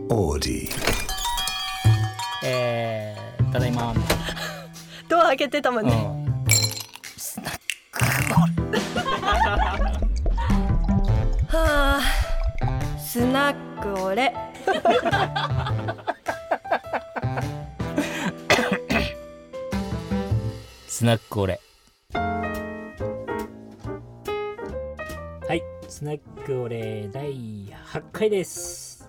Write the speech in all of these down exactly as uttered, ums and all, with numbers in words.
オーディえー、ただいまドア開けてたもんね、 うん、スナックコールはあ、スナックオレスナックオレはい、スナックオレだいはちかいです。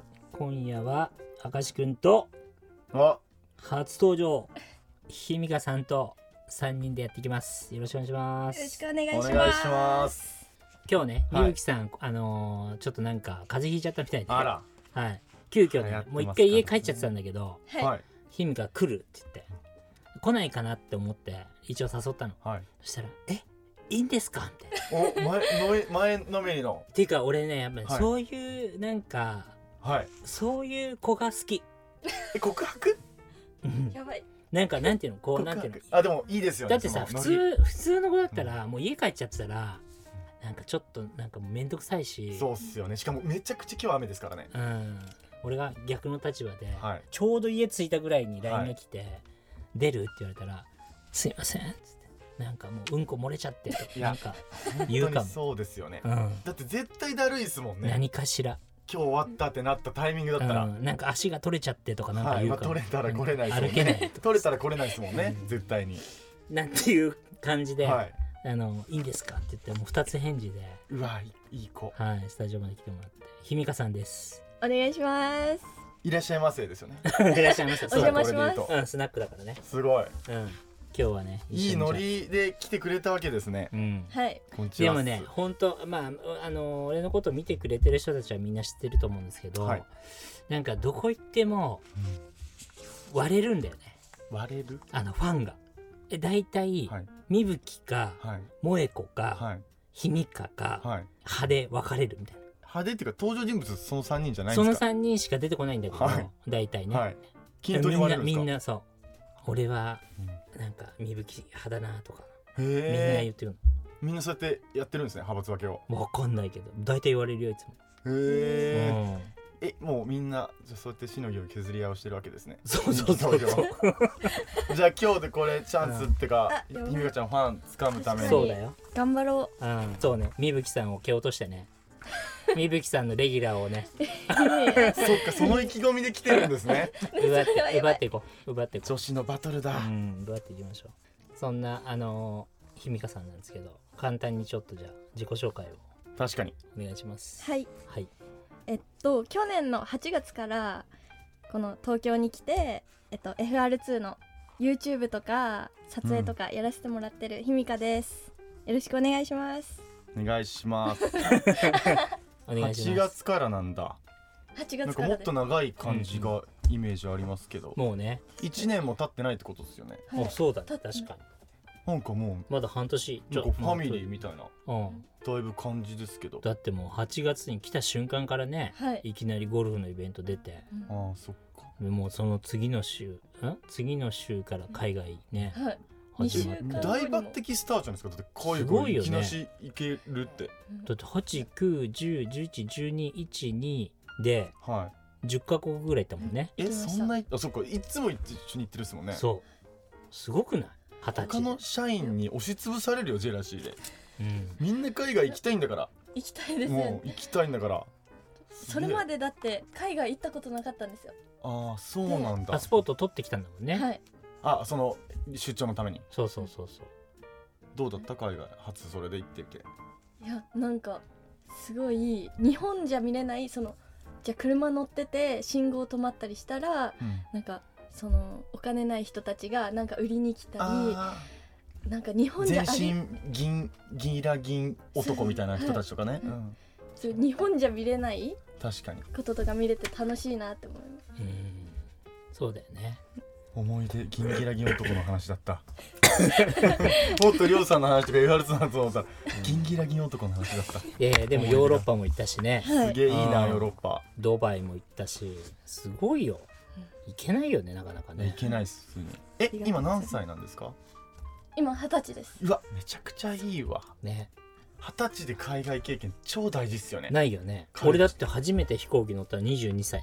今夜は明石くんとあ初登場ひみかさんとさんにんでやっていきます。よろしくお願いします。 よろしくお願いします。 お願いします。 今日ね、 はいみゆきさん、あのー、ちょっとなんか風邪ひいちゃったみたいで、 あら、 はい、急遽ね流行ってますかもう一回家帰っちゃってたんだけど、 はい、 はいひみか来るって言って来ないかなって思って一応誘ったの。 はい。 そしたらえいいんですかみたいな。 お前の前のめりのっていうか俺ねやっぱりはいそういうなんか、 はい。 そういう子が好き。 え告白？ うんやばい。 なんかなんていうのこう告なんていうの白。あでもいいですよね。 だってさ普そのノリ通普通の子だったらもう家帰っちゃってたらなんかちょっとなんかもうめんどくさいし、 そうっすよね。しかもめちゃくちゃ今日雨ですからね。 うん俺が逆の立場で、 はい。 ちょうど家着いたぐらいに ライン が来て、出るって言われたらすいませんっつってなんかもううんこ漏れちゃってとかいやなんか言うかも。 本当にそうですよね。 うんだって絶対だるいですもんね。 何かしら、 今日終わったってなったタイミングだったら、 うん、なんか足が取れちゃってとかなんかはい。まあ言うかも、 取れたら来れないですもん歩けないね。取れたら来れないですもんね。絶対に。 なんていう感じで、 はい。 あのいいんですかって言ってもうふたつ返事で、 うわいいいい子。 はい、スタジオまで来てもらってひみかさんですお願いします。 いらっしゃいませですよね。 いらっしゃいませ。 お邪魔しますそうこれで言うとうん、スナックだからね。 すごい。 うん、今日はねいいノ。リで来てくれたわけですね。 一緒にうん。 はい。 こんにちは。 でもね、本当まああの俺のことを見てくれてる人たちはみんな知ってると思うんですけど、 はいなんかどこ行っても割れるんだよね。 割れる？ あのファンが。え大体、 はいみぶきかはい萌子か、 はいひみかか、 はい。 派で分かれるみたいな。 派手っていうか登場人物そのさんにんじゃないんそのですか？ さんにんしか出てこないんだけど、 はい大体ね。 はい。筋トレみんな割れるんですか？ みんなそう。俺はなんかみぶき派だなとかへみんな言え。 ってるみんなそうやってやってるんですね、派閥分けを。 の。わかんないけど大体言われるよいつも。 へえ。 うんえ、もうみんなじゃあそうやってしのぎを削り合いをしてるわけですね。 そうそうそう人気投票じゃあ今日でこれチャンスってか、 うんあひみかちゃんファン掴むために。 そうだよ。 頑張ろうん、そうね。みぶきさんを蹴落としてね。みぶきさんのレギュラーをね、 う。 そっか、その意気込みで来てるんですね。 奪っそれはてやばい奪っていこう。奪っていこ女子のバトルう。 だ。 うん、奪っていきましょう。そんなあのー、ひみかさんなんですけど、簡単にちょっとじゃあ自己紹介を確かに。 お願いします。 はい。 はい。 えっと去年のはちがつからこの東京に来て、えっと エフアールツー の YouTube とか撮影とかやらせてもらってるひみかです。よろしくお願いします。 お願いします。 お願いします。 はちがつからなんだ。 はちがなんかつからでもっと長い感じがイメージありますけど、 もうね。 いちねんも経ってないってことですよね。 はいあ、そうだね。 た確かに。 なんかもまだ半年。 うなんかファミリーみたいなうん。 だいぶ感じですけど。 だってもうはちがつに来た瞬間からね、 はいいきなりゴルフのイベント出て、 ああそっか。 でもうその次の週ん次の週から海外ね、 はい。 始まってに週間大抜擢スターじゃないですか。だって海すごいよね外いきなし行けるって。 だってはち、きゅう、じゅう、じゅういち、じゅうに、いち、にではじゅっカ国ぐらい行ったもんね。 い。え行きましたそんないあそっかいつも一緒に行ってるですもんね。 そうすごくない二十他歳での社員に押しつぶされるよジェラシーで。 うん、 みんな海外行きたいんだから。 行きたいです。 もう行きたいんだから。 それまでだって海外行ったことなかったんですよ。 ああそうなんだパス。ポート取ってきたんだもんね、 はい。 あその出張のために。 そうそうそうそう。 どうだった海外初それで行ってみて。 いやなんかすごい日本じゃ見れないそのじゃあ車乗ってて信号止まったりしたらうんなんかそのお金ない人たちがなんか売りに来たありなんか日あ本じゃ全あり身銀ギラ銀男みたいな人たちとかね。 はいうんそう日本じゃ見れない確かにこととか見れて楽しいなって思います。 うんそうだよね。 思い出銀ギラ銀男の話だったもっとりょうさんの話とか言われてたなと思ったら銀ギラ銀男の話だった。 いやいやでもヨーロッパも行ったしね、 はいすげえいいなうんヨーロッパ。 ドバイも行ったしすごいよ。行けないよねなかなかね。 いけないっすね。え今何歳なんですか？ 今二十歳です。 うわめちゃくちゃいいわ。 ね二十歳で海外経験超大事っすよね。 ないよね。 彼俺だって初めて飛行機乗ったらにじゅうにさいだ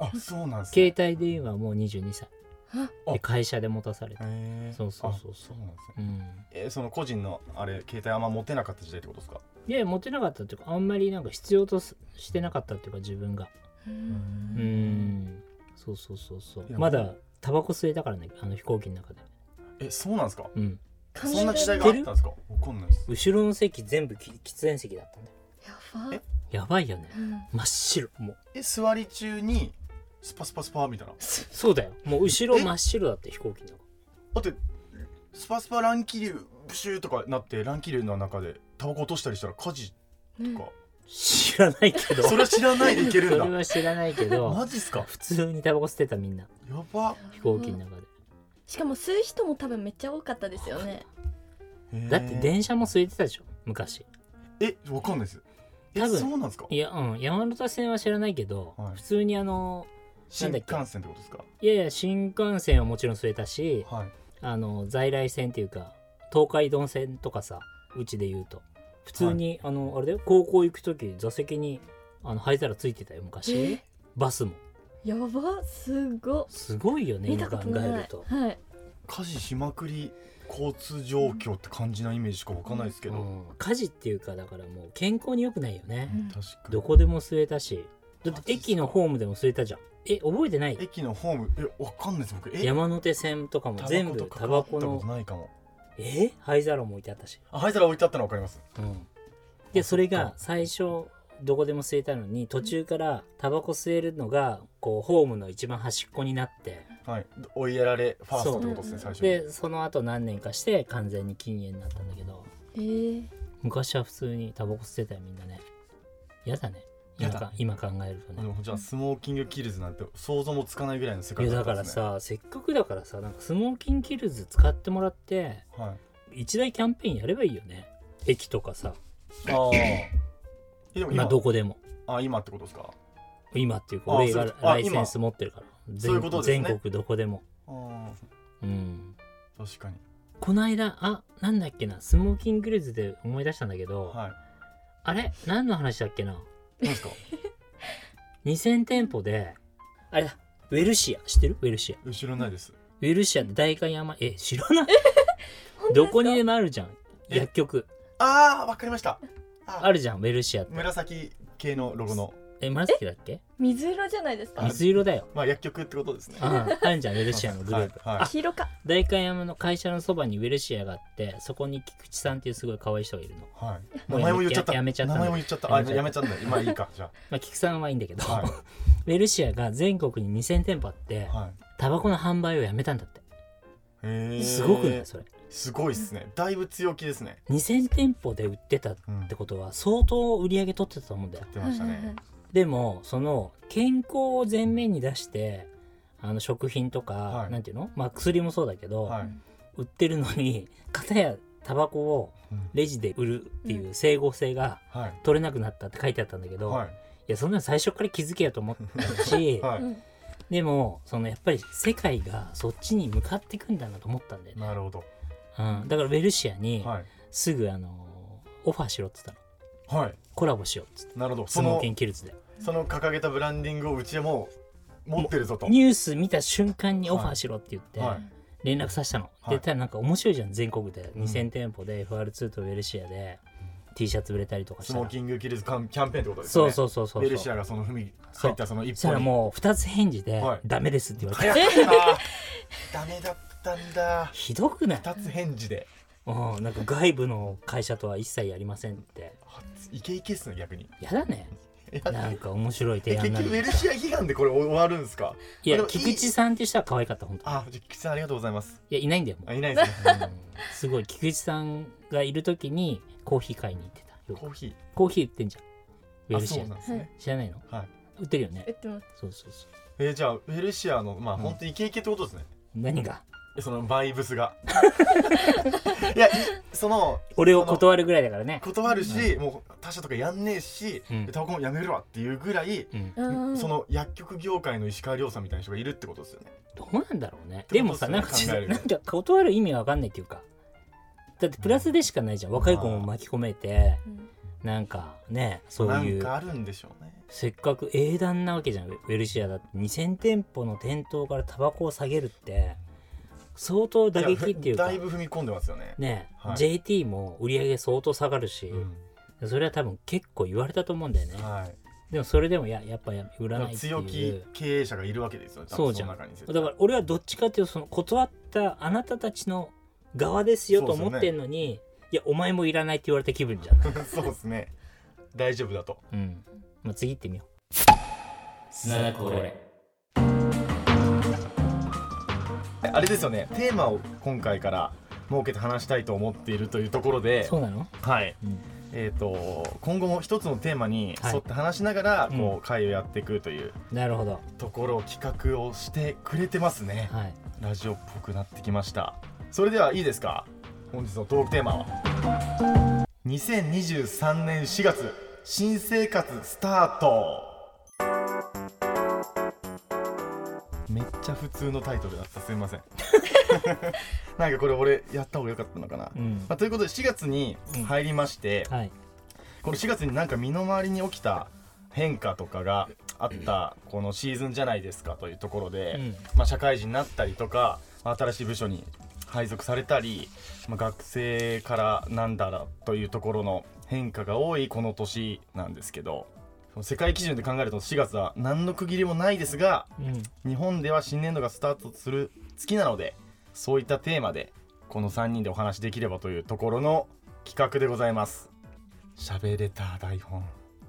あ、そうなんですね。 携帯電話もにじゅうにさいあで会社で持たされて、 へーそうそうそうあそうそうなんですね。 うん、 えーその個人のあれ携帯あんま持てなかった時代ってことですか？ いや持ってなかったっていうかあんまりなんか必要とすしてなかったっていうか自分がううんんそうそうそうそういやまだタバコ吸えたからねあの飛行機の中でえ、そうなんですか？ うん考えそんな時代があったんですか？わかんないです。 後ろの席全部き喫煙席だったんだよやばえやばいよねうん真っ白もうえ、座り中にスパスパスパみたいな。 そうだよもう後ろ真っ白だって飛行機の中だってスパスパ乱気流ブシューとかなって乱気流の中でタバコ落としたりしたら火事うんとか、 知らないけどそれは知らないでいけるんそだ。 れは知らないけどマジっすか？ 普通にタバコ吸ってたみんなやば。 飛行機の中でしかも吸う人も多分めっちゃ多かったですよね。 だって電車も空いてたでしょ昔え、わかんないです。え、 多分そうなんですか？ いやうん山手線は知らないけど、 はい普通にあの新なんだっけ幹線ってことですか？ いやいや新幹線はもちろん吸えたしはい。 あの在来線っていうか東海道線とかさうちで言うと普通に、あのあれだよ高校行く時座席にあの灰皿ついてたよ昔えバスもやばすごすごいよね見今考たことない。 えると、 はい。 火事しまくり交通状況って感じなイメージしかわかんないですけど、 うん、火事っていうかだからもう健康に良くないよね、 うん確かにどこでも吸えたしだってマジっすか駅のホームでも吸えたじゃんえ覚えてない駅のホームえわかんないです僕え山手線とかも全部タバコの関わったことないかもえ灰皿も置いてあったし、 あ灰皿置いてあったのわかります。 うん、であそれがそっか最初どこでも吸えたのに途中からタバコ吸えるのがこうホームの一番端っこになってはい追いやられファーストってことですね最初に。 でその後何年かして完全に禁煙になったんだけどえー、 昔は普通にタバコ吸ってたよみんなねやだね今やだか今考えるとねでもじゃあスモーキングキルズなんて想像もつかないぐらいの世いやだから界ったんですね。 させっかくだからさなんかスモーキングキルズ使ってもらってはい一大キャンペーンやればいいよね駅とかさああえでもまあ今どこでもあ今ってことですか？ 今っていうかあ俺がそうあライセンス持ってるからそういうことですね全国どこでもあうんあ確かにこの間あなんだっけなスモーキングキルズで思い出したんだけど、 はいあれ何の話だっけな何ですか？ にせん店舗であれだウェルシア知ってるウェルシア後ろないです。 ウェルシアって代官山え知らないどこにでもあるじゃんえ薬局ああわかりました。ああるじゃんウェルシアって紫系のロゴのえ紫だっけ水色じゃないですか。 水色だよまあ薬局ってことですね。 ああるじゃんウェルシアのグループ、 はいはい黄色か。 代官山の会社のそばにウェルシアがあってそこに菊池さんっていうすごい可愛い人がいるのはい。 もう名前も言っちゃった。 ややめちゃった名前も言っちゃった。あやめちゃったやめちゃったんだ。今いいかじゃまあ菊池さんはいいんだけど、 はいウェルシアが全国ににせん店舗あってあ。はい。 タバコの販売をやめたんだってへえ。 すごくないそれすごいっすね。だいぶ強気ですね。 にせん店舗で売ってたっうん。 てことは相当売り上げ取ってたと思うんだよ出ましたねはいはいはい。 でもその健康を前面に出してあの食品とか、 はいなんていうのまあ薬もそうだけど、 はい。 売ってるのに片やタバコをうんレジで売るっていう整合性がはい。 取れなくなったって書いてあったんだけど、 はい。 いやそんなの最初から気づけよと思ったし、 はい。 うんでもそのやっぱり世界がそっちに向かっていくんだなと思ったんだよね、 なるほど。 うん、だからウェルシアにはい。 すぐあのオファーしろっつったのはい。 コラボしようっつってなるほど。 スモーそのキンキルズでその掲げたブランディングをうちはもう持ってるぞと。 ニュース見た瞬間にオファーしろって言ってはい連絡させたの、 はいでたらなんか面白いじゃん全国でうんにせん店舗で エフアールツー とウェルシアで T シャツ売れたりとかしスたらモーキングキルズキャンキャンペーンってことですね。 そうそうそうそうベルシアがその踏み入ったその一そした歩に。 らもうふたつ返事ではいダメですって言われて、 早かった。ダメだったんだ。 ひどくない二つ返事で。 うんなんか外部の会社とは一切やりませんってイケイケっすね逆に。 やだねいやなんか面白い提え結案なのに局ウェルシア批判でこれ終わるんですか？ いやでも菊池さんっていう人は可愛かった本当にあ、じゃあ菊池さんありがとうございます。 いやいないんだよもあいないですね。 う、うんすごい菊池さんがいる時にコーヒー買いに行ってたよくコーヒコーヒー売ってんじゃんウー。あ、 ェルシアそうなんですね。 知らないのはい。 売ってるよね売ってます。 そうそうそうえーじゃあウェルシアのまあうん本当にイケイケってことですね。 何がえそのバイブスが。いやいその俺を断るぐらいだからね断るし、もう他社とかやんねえし、 うんタバコもやめるわっていうぐらい、 うんうんその薬局業界の石川亮さんみたいな人がいるってことですよね。 どうなんだろうねてでもことですよねさなんかち考えるなんか断る意味わかんないっていうかだってプラスでしかないじゃん若い子も巻き込めてうんなんかねそういうなんかあるんでしょうね。 せっかく英断なわけじゃん。ウェルシアだってにせん店舗の店頭からタバコを下げるって相当打撃っていうかだいぶ踏み込んでますよね。 ね、 はい、 ジェイティー も売り上げ相当下がるし、うん、それは多分結構言われたと思うんだよね、はい、でもそれでもややっぱ売らないっていう強気経営者がいるわけですよね。 そうじゃん。だから俺はどっちかっていうとその断ったあなたたちの側ですよと思ってんのに、ね、いやお前もいらないって言われた気分じゃんそうですね、大丈夫だと、 うん、まあ、次行ってみよう。さあこれあれですよね、テーマを今回から設けて話したいと思っているというところで。 そうなの？ はい、うん、えーと今後も一つのテーマに沿って話しながらこう会をやっていくという、 うん、なるほどところを企画をしてくれてますね、はい、ラジオっぽくなってきました。それではいいですか、本日のトークテーマはにせんにじゅうさんねんしがつ新生活スタート。めっちゃ普通のタイトルだった、すみませんなんかこれ俺やった方が良かったのかな、うんまあ、ということでしがつに入りまして、うんはい、このしがつになんか身の回りに起きた変化とかがあったこのシーズンじゃないですかというところで、うんまあ、社会人になったりとか新しい部署に配属されたり、まあ、学生からなんだらというところの変化が多いこの年なんですけど、世界基準で考えるとしがつは何の区切りもないですが、うん、日本では新年度がスタートする月なので、そういったテーマでこのさんにんでお話できればというところの企画でございます。喋れた台本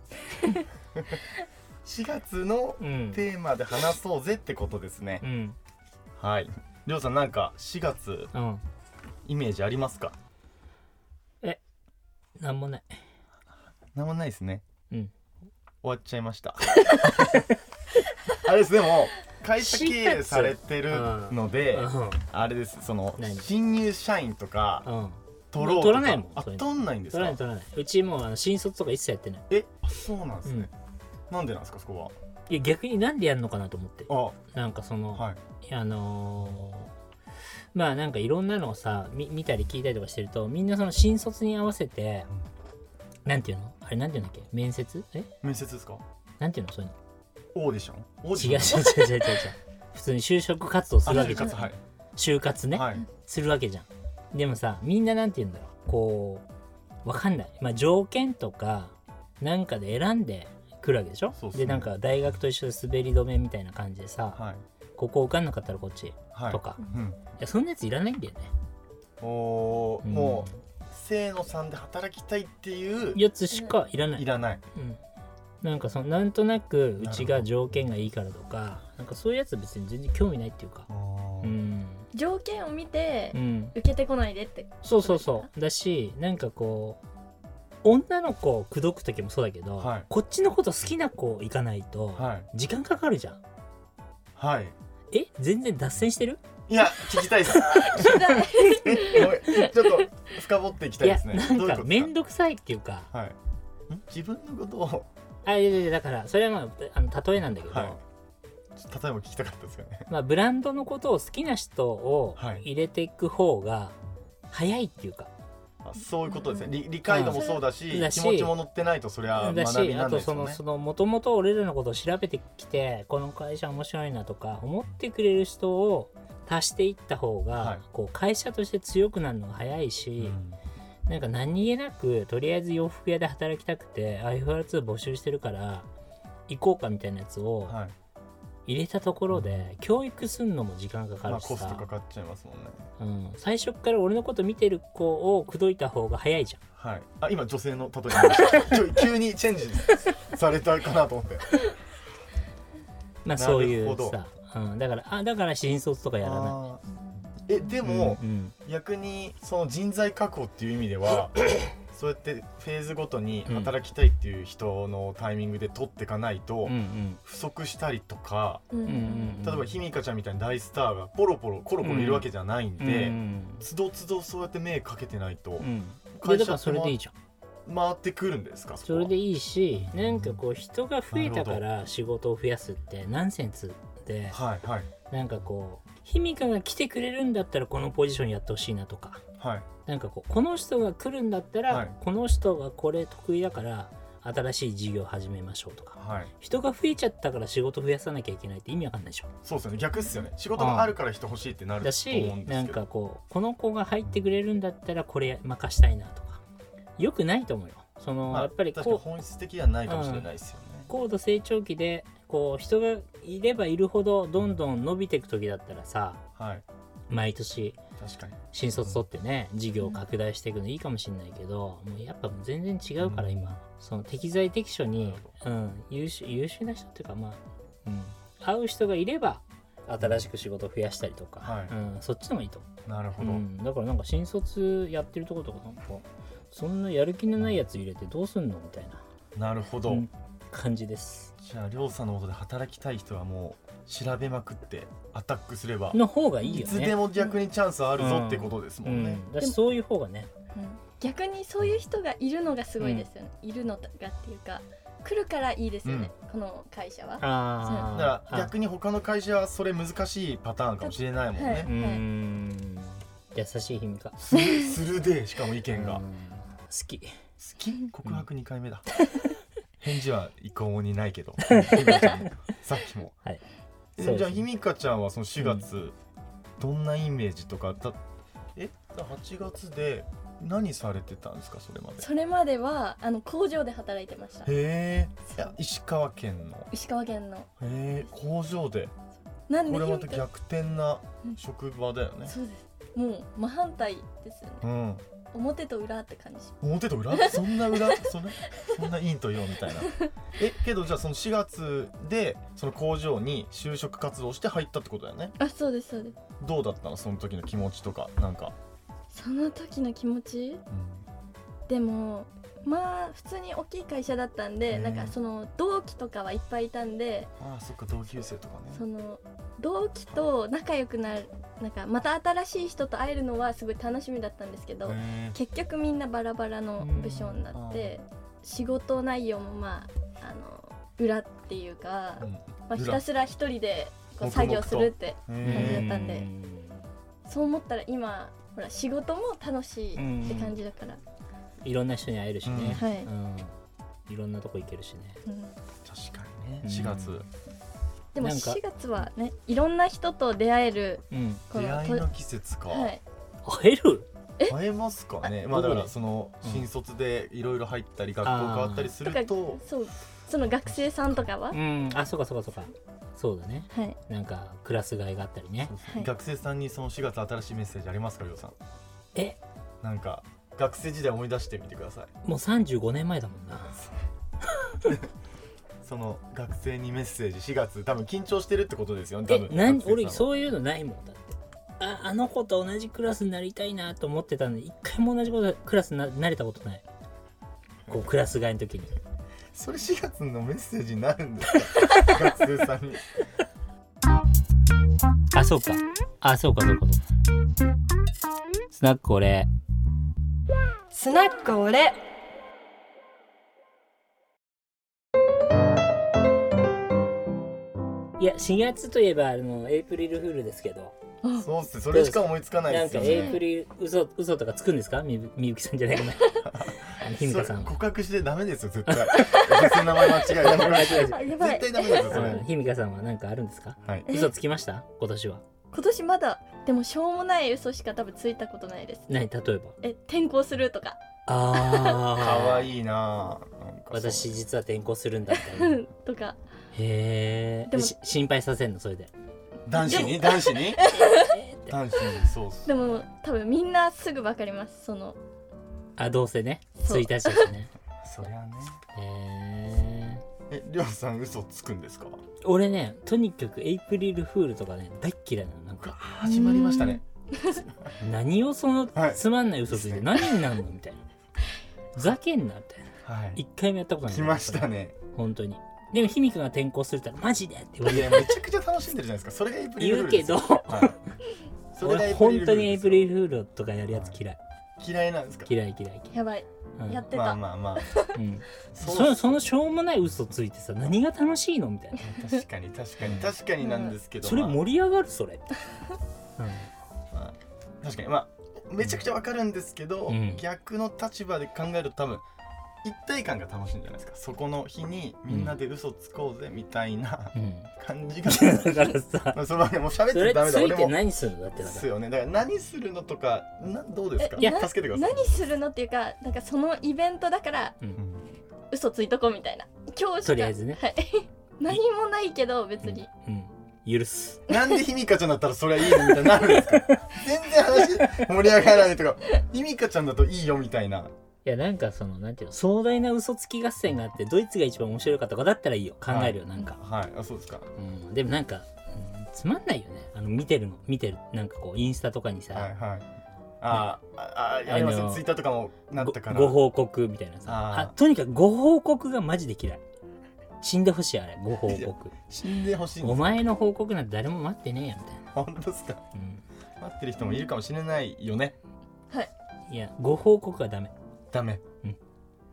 しがつのテーマで話そうぜってことですね、うん、はい。りょうさんなんかしがつ、うん、イメージありますか？ え、なんもない。 なんもないですね。 うん終わっちゃいましたあれです。でも会社経営されてるので、うん、あれです、その新入社員とか、うん、取ろうとか取らないもん。 あ、取んないんですか？ 取らない取らない。うちもうあの新卒とか一切やってない。 え、あ、そうなんですね、うん、なんでなんですかそこは。 いや逆になんでやんのかなと思って。 あ、 なんかその、 はい、 あのー、まあなんかいろんなのをさ見たり聞いたりとかしてると、みんなその新卒に合わせて、うん、なんていうのあれなんていうんだっけ、面接え面接ですか？ なんていうのそういうのオーディション？オーディション違う違う違う違う違う普通に就職活動するわけじゃん。 はい、 就活ね、 はい、 するわけじゃん。でもさみんななんて言うんだろう、こうわかんない、まあ、条件とかなんかで選んでくるわけでしょ。 で, でなんか大学と一緒で滑り止めみたいな感じでさ、はい、ここ受かんなかったらこっち、はい、とか、うん、いやそんなやついらないんだよね。 お、うん、もう清野さんで働きたいっていうやつしかいらない。 いらない、 うんなんかそのなんとなくうちが条件がいいからとか、なんかそういうやつは別に全然興味ないっていうか、うん、 条件を見て受けてこないでって、うん、 そうそうそうだし、なんかこう女の子を口説く時もそうだけど、はい、こっちのこと好きな子行かないと時間かかるじゃん。 はい。 え全然脱線してる？ いや聞きたいです聞きたいちょっと深掘っていきたいですね。 いやなんか面倒くさいっていうか、 はい、自分のことをあいやいやだからそれはまああの例えなんだけど、はい、 例えば聞きたかったですよね。 まあブランドのことを好きな人を入れていく方が早いっていうか、 はい、あそういうことですね。 理, 理解度もそうだし、だし気持ちも乗ってないとそれは学びなんですよね。 あとそのそのもともと俺らのことを調べてきてこの会社面白いなとか思ってくれる人を足していった方が、はい、こう会社として強くなるのが早いし、うん、なんか何気なくとりあえず洋服屋で働きたくて エフアールツー 募集してるから行こうかみたいなやつを入れたところで、はい、教育すんのも時間かかるしさ、 まあ、コストかかっちゃいますもんね、 うん、最初から俺のこと見てる子を口説いた方が早いじゃん、 はい、あ今女性の例えに急にチェンジされたかなと思ってまあそういうさ、うん、だからあだから新卒とかやらない。 えでも、うんうん、逆にその人材確保っていう意味ではそうやってフェーズごとに働きたいっていう人のタイミングで取っていかないと、うん、不足したりとか、うんうん、例えばひみかちゃんみたいな大スターがポロポロコロコロいるわけじゃないんで、つどつどそうやって目かけてないと、うん、 会社それでいいじゃん。 回ってくるんですか？ そ, それでいいし、なんかこう人が増えたから仕事を増やすってナンセンスで、 はいはい、 なんかこうひみかが来てくれるんだったらこのポジションやってほしいなとか、 はい、 なんかこうこの人が来るんだったら、はい、この人がこれ得意だから新しい事業を始めましょうとか、はい、人が増えちゃったから仕事増やさなきゃいけないって意味わかんないでしょ。 そうですよね、逆っすよね。仕事があるから人欲しいってなると思うんですけど、 だしなんかこうこの子が入ってくれるんだったらこれ任したいなとかよくないと思うよ。その、まあ、やっぱりこう確かに本質的ではないかもしれないですよね、 うん、高度成長期でこう人がいればいるほどどんどん伸びていく時だったらさ、はい、毎年確かに新卒取ってね事業を拡大していくのいいかもしれないけど、もうやっぱ全然違うから今、うん、その適材適所に、うん、優秀、優秀な人っていうかまあ、うん、会う人がいれば新しく仕事を増やしたりとか、はい、うん、そっちのもいいと思う。 なるほど、うん、 だからなんか新卒やってるところとかなんかそんなやる気のないやつ入れてどうすんのみたいな、なるほど、うん、 感じです。 じゃありょうさんのことで働きたい人はもう調べまくってアタックすればの方がいいよね。 いつでも逆にチャンスあるぞ、うん、ってことですもんね、 うん、だしそういう方がね、 うん、逆にそういう人がいるのがすごいですよね、うん、いるのがっていうか来るからいいですよね、うん、この会社は。 あだから逆に他の会社はそれ難しいパターンかもしれないもんね、はいはい、うーん優しい秘密かするでしかも意見が好き好き告白にかいめだ、うん、返事は一向にないけどさっきも、はい、えじゃあひみかちゃんはそのしがつ、うん、どんなイメージとかだえはちがつで何されてたんですか。それまでそれまではあの工場で働いてました。 へえ石川県の石川県のへえ工場でなんでこれまた逆転な職場だよね、うん、 そうです。もう真反対ですよね、うん、表と裏って感じ。 表と裏そんな裏そんなそんな陰と陽みたいなえけどじゃあそのしがつでその工場に就職活動して入ったってことだよね。 あそうですそうです。 どうだったのその時の気持ちとか。なんかその時の気持ち、うん、でもまあ普通に大きい会社だったんで、なんかその同期とかはいっぱいいたんで、 ああそっか同級生とかね。 その同期と仲良くなる、なんかまた新しい人と会えるのはすごい楽しみだったんですけど、結局みんなバラバラの部署になって、仕事内容もまああの裏っていうか、うんまあ、ひたすら一人でこう作業するって感じだったんで、そう思ったら今ほら仕事も楽しいって感じだから、 いろんな人に会えるしね、 うんはいうん、いろんなとこ行けるしね、うん、 確かにねしがつ、うん、 でもしがつはねいろんな人と出会える、 うん、出会いの季節か、はい、 会える会えますかね。まあだからその新卒でいろいろ入ったり学校変わったりすると、 そうその学生さんとかは、 うん、あそうかそうかそうかそうだね、はい、なんかクラス替えがあったりね。 そうそう、はい、学生さんにそのしがつ新しいメッセージありますかりょうさん。 えなんか学生時代思い出してみてください。 もうさんじゅうごねんまえだもんなその学生にメッセージしがつ多分緊張してるってことですよね。多分え何俺そういうのないもん。だってああの子と同じクラスになりたいなと思ってたのに一回も同じことクラスに な, なれたことない。こうクラス替えの時にそれしがつのメッセージになるんですか学生さんにあそうかあそうかそうかそうかスナック俺スナック俺いやしがつといえばあのエイプリルフールですけど。 そうっすそれしか思いつかないですよね。 なんかエイプリル嘘嘘とかつくんですかみみゆきさんじゃないかなひみかさん告白してダメですよ絶対女性名前間違えたら絶対ダメですよそれ。 ひみかさんは何かあるんですか、はい、嘘つきました今年は。 今年まだでもしょうもない嘘しか多分ついたことないです。 何例えばえ転校するとか。 ああかわいいな。 なんか私実は転校するんだったらとか。 へえ。でも心配させんのそれで。 男子に男子に男子にそうっす。 でも多分みんなすぐ分かります。そのあどうせねついたちだしねそりゃね。 へえりょうさん嘘つくんですか。 俺ねとにかくエイプリルフールとかね大っ嫌いなの。なんか始まりましたね何をそのつまんない嘘ついて、はい、何になるのみたいなふざけんなみたいな、はい、一回もやったことない。 来ましたね本当に。でもひみかが転校するったらマジでって言われてめちゃくちゃ楽しんでるじゃないですか。それがエイプリルフールです。 言うけど、はい、それがエイプリルフールです。本当にエイプリルフールとかやるやつ嫌い、はい、 嫌いなんですか。 嫌い嫌い嫌い。 やばい、うん、やってた。 まあまあまあ、 うん、そ, そのしょうもない嘘ついてさ何が楽しいのみたいな。 確かに確かに確かになんですけど、 うん、それ盛り上がるそれ、うんまあ、確かにまあめちゃくちゃわかるんですけど、 うん、 逆の立場で考えると多分一体感が楽しいんじゃないですか。そこの日にみんなで嘘つこうぜみたいな感じが、 うん、だからさ、 まあそれはねもう喋ってダメだ。 それついて何するのだってだからですよね。だから何するのとかなどうですか。 いや助けてください。 何するのっていうか、なんかそのイベントだから、うん、嘘ついとこうみたいな。今日しかとりあえずね、 はい、何もないけど別に、 うんうん、許す。 なんでひみかちゃんだったらそれはいいのみたいになるんですか。全然話盛り上がらないとか、ひみかちゃんだといいよみたいな。 いやなんかそのなんていうの、壮大な嘘つき合戦があってどいつが一番面白いかとかだったらいいよ、考えるよ、はい、なんかはい、あそうですか、 うん、でもなんか、うん、つまんないよね、あの見てるの見てるなんかこうインスタとかにさ、 はいはい、ああありますね、ツイッターとかもなったからご報告みたいなさ、ああとにかくご報告がマジで嫌い。死んでほしい、あれご報告。 死んでほしいんです。 お前の報告なんて誰も待ってねえよみたいな。 本当ですか、うん、待ってる人もいるかもしれないよね。 はい。 いやご報告はダメダメ。うん。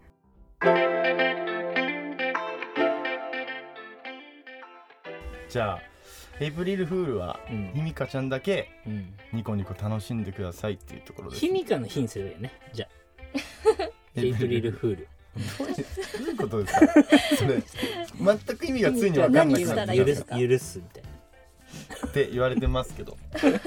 じゃあエイプリルフールは、うん、ひみかちゃんだけ、うん、ニコニコ楽しんでくださいっていうところです、ね。 ひみかの日にするよね。じゃあエイプリルフールどういうことですか。それ全く意味がついに分かんなくなって許す許すみたいなって言われてますけどちょっ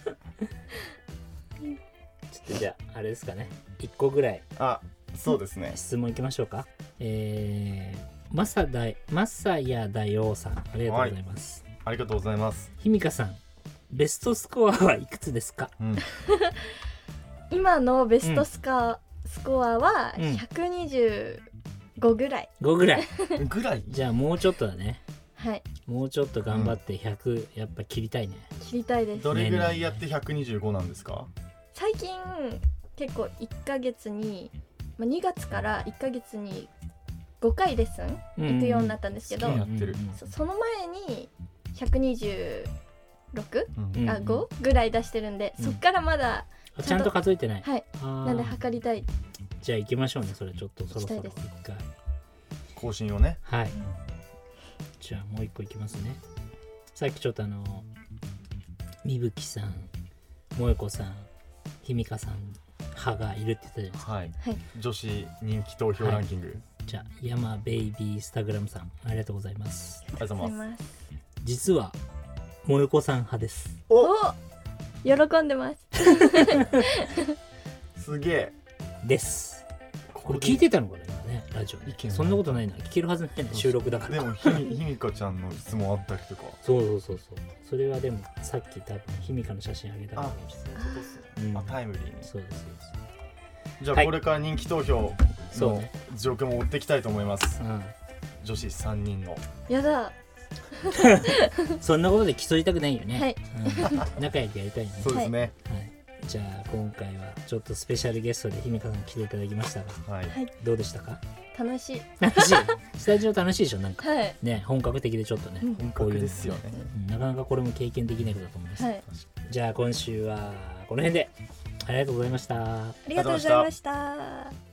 とじゃああれですかね、いっこぐらい、 あそうですね、 質問いきましょうか。えー、まさだまさやだよさん、ありがとうございます、 はい、ありがとうございます。 ひみかさん、ベストスコアはいくつですか。うん、 今のベストスカ、うんスコアはひゃくにじゅうごぐらい、 うん、ごぐらいぐらいじゃあもうちょっとだね。 はい、 もうちょっと頑張ってひゃく、うん、やっぱ切りたいね。 切りたいです。 どれぐらいやってひゃくにじゅうごなんですか。 最近結構いっかげつに、まあ、にがつからいっかげつにごかいレッスン行くようになったんですけど、うんうん、そ, その前にひゃくにじゅうろく、うん、あごぐらい出してるんで、うん、そっからまだちゃんと数えてない。 はい。なんで測りたい。 じゃあ行きましょうね。それちょっとそろそろ一回更新をね。 はい。じゃあもう一個いきますね。さっきちょっとあのみぶきさん、もえこさん、ひみかさん派がいるって言ったじゃないですか。 はい。はい、女子人気投票ランキング。はい、 じゃあ山ベイビースタグラムさん、ありがとうございます。 ありがとうございます。 実はもえこさん派です。 お。喜んでますすげえです。これ聞いてたのかな今ね、ラジオね。そんなことないな、聞けるはずないな、収録だから。 でもひみ、ひみかちゃんの質問あったりとか。 そうそうそうそう、それはでもさっき多分ひみかの写真あげたから。 あ、そうです、うん、あ、タイムリーね。 そうですそうです。 じゃあ、はい、これから人気投票の状況も追っていきたいと思います、うん、女子さんにんの。 やだそんなことで競いたくないよね、 はい、 うん、仲良くやりたいね。 そうですね、はい、 じゃあ今回はちょっとスペシャルゲストでひみかさん来ていただきましたが、はい、どうでしたか。 楽しい楽しいスタジオ楽しいでしょなんか、 はい、 ね、本格的でちょっとね、うん、 本格ですよね、 うん、なかなかこれも経験できないことだと思います、はい、じゃあ今週はこの辺でありがとうございました。 ありがとうございました。